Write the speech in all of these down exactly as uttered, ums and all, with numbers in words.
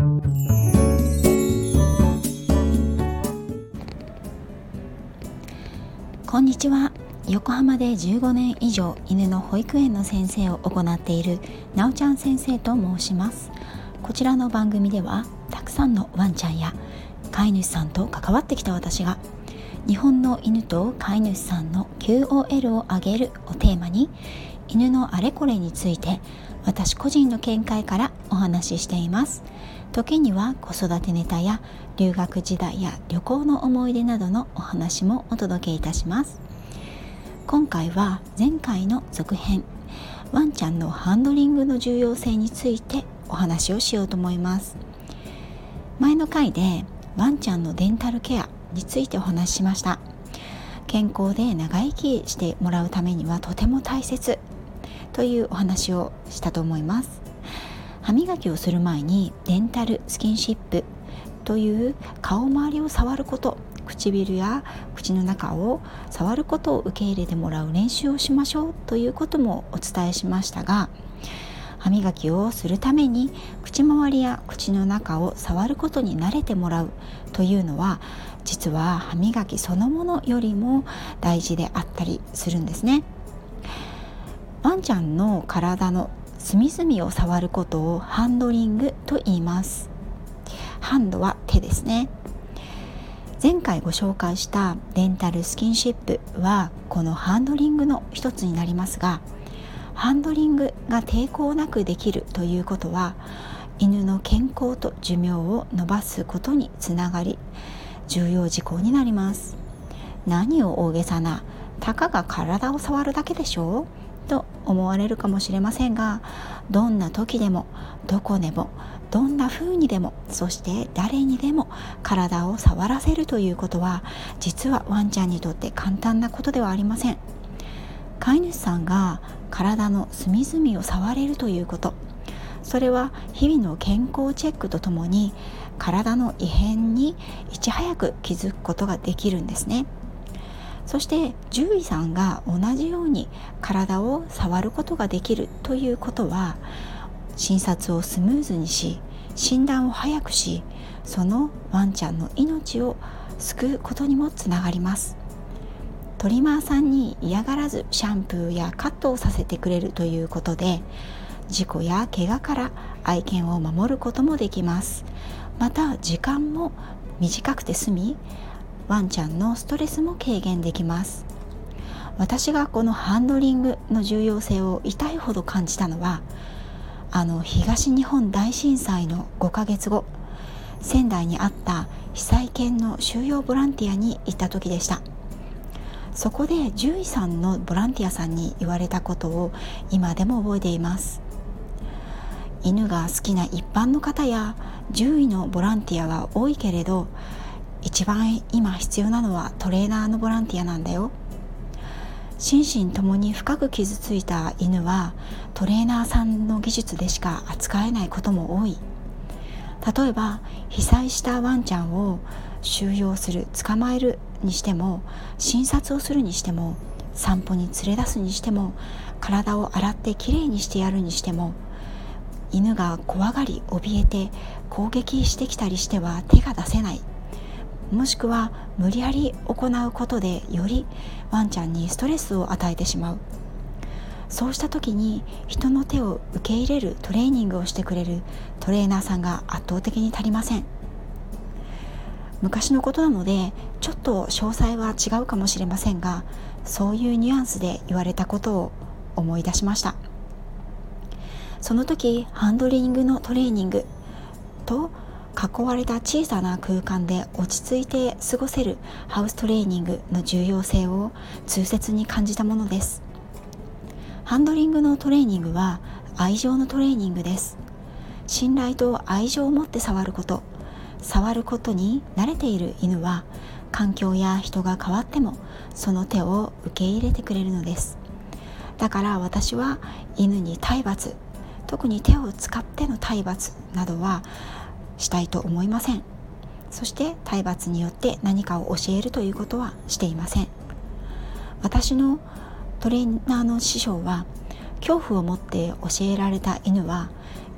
こんにちは。横浜でじゅうごねん以上犬の保育園の先生を行っているなおちゃん先生と申します。こちらの番組ではたくさんのワンちゃんや飼い主さんと関わってきた私が日本の犬と飼い主さんの キューオーエル を上げるをテーマに犬のあれこれについて私個人の見解からお話ししています。時には子育てネタや留学時代や旅行の思い出などのお話もお届けいたします。今回は前回の続編、ワンちゃんのハンドリングの重要性についてお話をしようと思います。前の回でワンちゃんのデンタルケアについてお話ししました。健康で長生きしてもらうためにはとても大切というお話をしたと思います。歯磨きをする前にデンタルスキンシップという顔周りを触ること、唇や口の中を触ることを受け入れてもらう練習をしましょうということもお伝えしましたが、歯磨きをするために口周りや口の中を触ることに慣れてもらうというのは実は歯磨きそのものよりも大事であったりするんですね。ワンちゃんの体の隅々を触ることをハンドリングと言います。ハンドは手ですね。前回ご紹介したデンタルスキンシップはこのハンドリングの一つになりますが、ハンドリングが抵抗なくできるということは犬の健康と寿命を伸ばすことにつながり重要事項になります。何を大げさな、たかが体を触るだけでしょうと思われるかもしれませんが、どんな時でもどこでもどんな風にでも、そして誰にでも体を触らせるということは実はワンちゃんにとって簡単なことではありません。飼い主さんが体の隅々を触れるということ、それは日々の健康チェックとともに体の異変にいち早く気づくことができるんですね。そして獣医さんが同じように体を触ることができるということは診察をスムーズにし、診断を早くし、そのワンちゃんの命を救うことにもつながります。トリマーさんに嫌がらずシャンプーやカットをさせてくれるということで事故や怪我から愛犬を守ることもできます。また時間も短くて済み、ワンちゃんのストレスも軽減できます。私がこのハンドリングの重要性を痛いほど感じたのは、あの東日本大震災のごかげつご、仙台にあった被災犬の収容ボランティアに行った時でした。そこで獣医さんのボランティアさんに言われたことを今でも覚えています。犬が好きな一般の方や獣医のボランティアは多いけれど、一番今必要なのはトレーナーのボランティアなんだよ。心身ともに深く傷ついた犬はトレーナーさんの技術でしか扱えないことも多い。例えば被災したワンちゃんを収容する、捕まえるにしても、診察をするにしても、散歩に連れ出すにしても、体を洗ってきれいにしてやるにしても、犬が怖がり怯えて攻撃してきたりしては手が出せない、もしくは無理やり行うことでよりワンちゃんにストレスを与えてしまう。そうした時に人の手を受け入れるトレーニングをしてくれるトレーナーさんが圧倒的に足りません。昔のことなのでちょっと詳細は違うかもしれませんが、そういうニュアンスで言われたことを思い出しました。その時ハンドリングのトレーニングと囲われた小さな空間で落ち着いて過ごせるハウストレーニングの重要性を痛切に感じたものです。ハンドリングのトレーニングは愛情のトレーニングです。信頼と愛情を持って触ること、触ることに慣れている犬は環境や人が変わってもその手を受け入れてくれるのです。だから私は犬に体罰、特に手を使っての体罰などはしたいと思いません。そして体罰によって何かを教えるということはしていません。私のトレーナーの師匠は、恐怖を持って教えられた犬は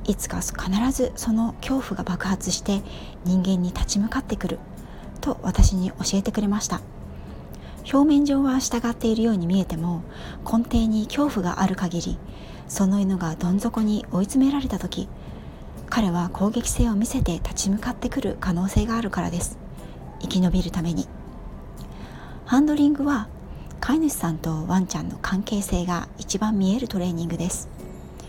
いつか必ずその恐怖が爆発して人間に立ち向かってくると私に教えてくれました。表面上は従っているように見えても、根底に恐怖がある限り、その犬がどん底に追い詰められた時、彼は攻撃性を見せて立ち向かってくる可能性があるからです。生き延びるために。ハンドリングは飼い主さんとワンちゃんの関係性が一番見えるトレーニングです。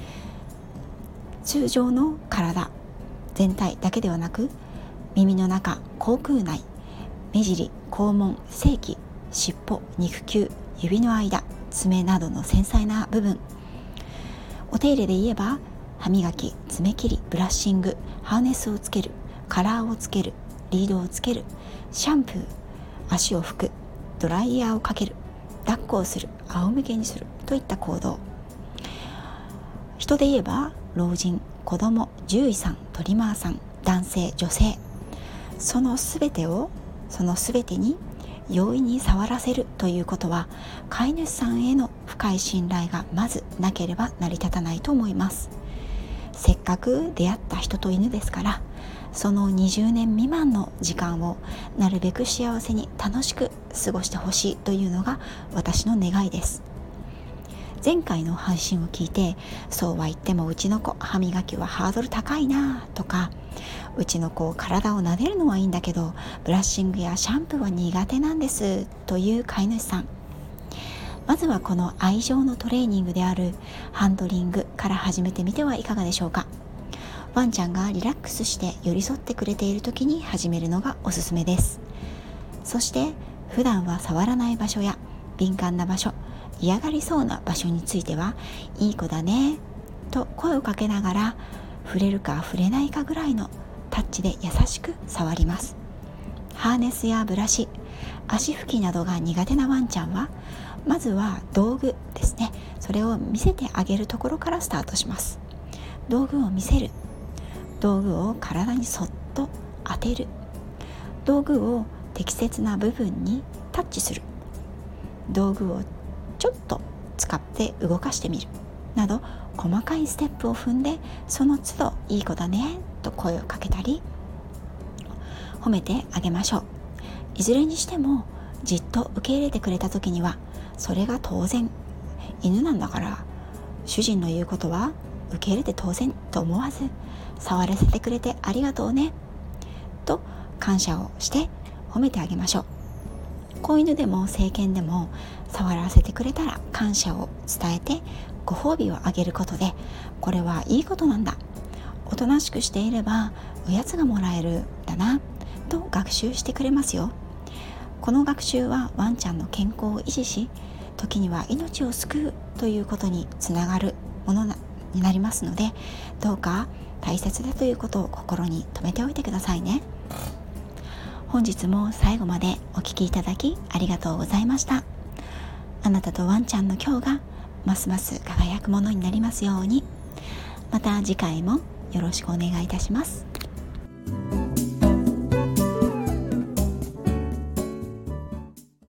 通常の体全体だけではなく、耳の中、口腔内、目尻、肛門、性器、尻尾、肉球、指の間、爪などの繊細な部分、お手入れで言えば歯磨き、爪切り、ブラッシング、ハーネスをつける、カラーをつける、リードをつける、シャンプー、足を拭く、ドライヤーをかける、抱っこをする、仰向けにするといった行動。人で言えば老人、子供、獣医さん、トリマーさん、男性、女性、そのすべてをそのすべてに容易に触らせるということは、飼い主さんへの深い信頼がまずなければ成り立たないと思います。せっかく出会った人と犬ですから、そのにじゅうねん未満の時間をなるべく幸せに楽しく過ごしてほしいというのが私の願いです。前回の配信を聞いて、そうは言ってもうちの子歯磨きはハードル高いなとか、うちの子体を撫でるのはいいんだけどブラッシングやシャンプーは苦手なんですという飼い主さん、まずはこの愛情のトレーニングであるハンドリングから始めてみてはいかがでしょうか。ワンちゃんがリラックスして寄り添ってくれている時に始めるのがおすすめです。そして普段は触らない場所や敏感な場所、嫌がりそうな場所については、いい子だねと声をかけながら、触れるか触れないかぐらいのタッチで優しく触ります。ハーネスやブラシ、足拭きなどが苦手なワンちゃんは、まずは道具ですね、それを見せてあげるところからスタートします。道具を見せる、道具を体にそっと当てる、道具を適切な部分にタッチする、道具をちょっと使って動かしてみるなど、細かいステップを踏んで、その都度いい子だねと声をかけたり褒めてあげましょう。いずれにしてもじっと受け入れてくれた時には、それが当然、犬なんだから主人の言うことは受け入れて当然と思わず、触らせてくれてありがとうねと感謝をして褒めてあげましょう。子犬でも成犬でも、触らせてくれたら感謝を伝えてご褒美をあげることで、これはいいことなんだ、おとなしくしていればおやつがもらえるんだなと学習してくれますよ。この学習はワンちゃんの健康を維持し、時には命を救うということにつながるものになりますので、どうか大切だということを心に留めておいてくださいね。本日も最後までお聞きいただきありがとうございました。あなたとワンちゃんの今日がますます輝くものになりますように。また次回もよろしくお願いいたします。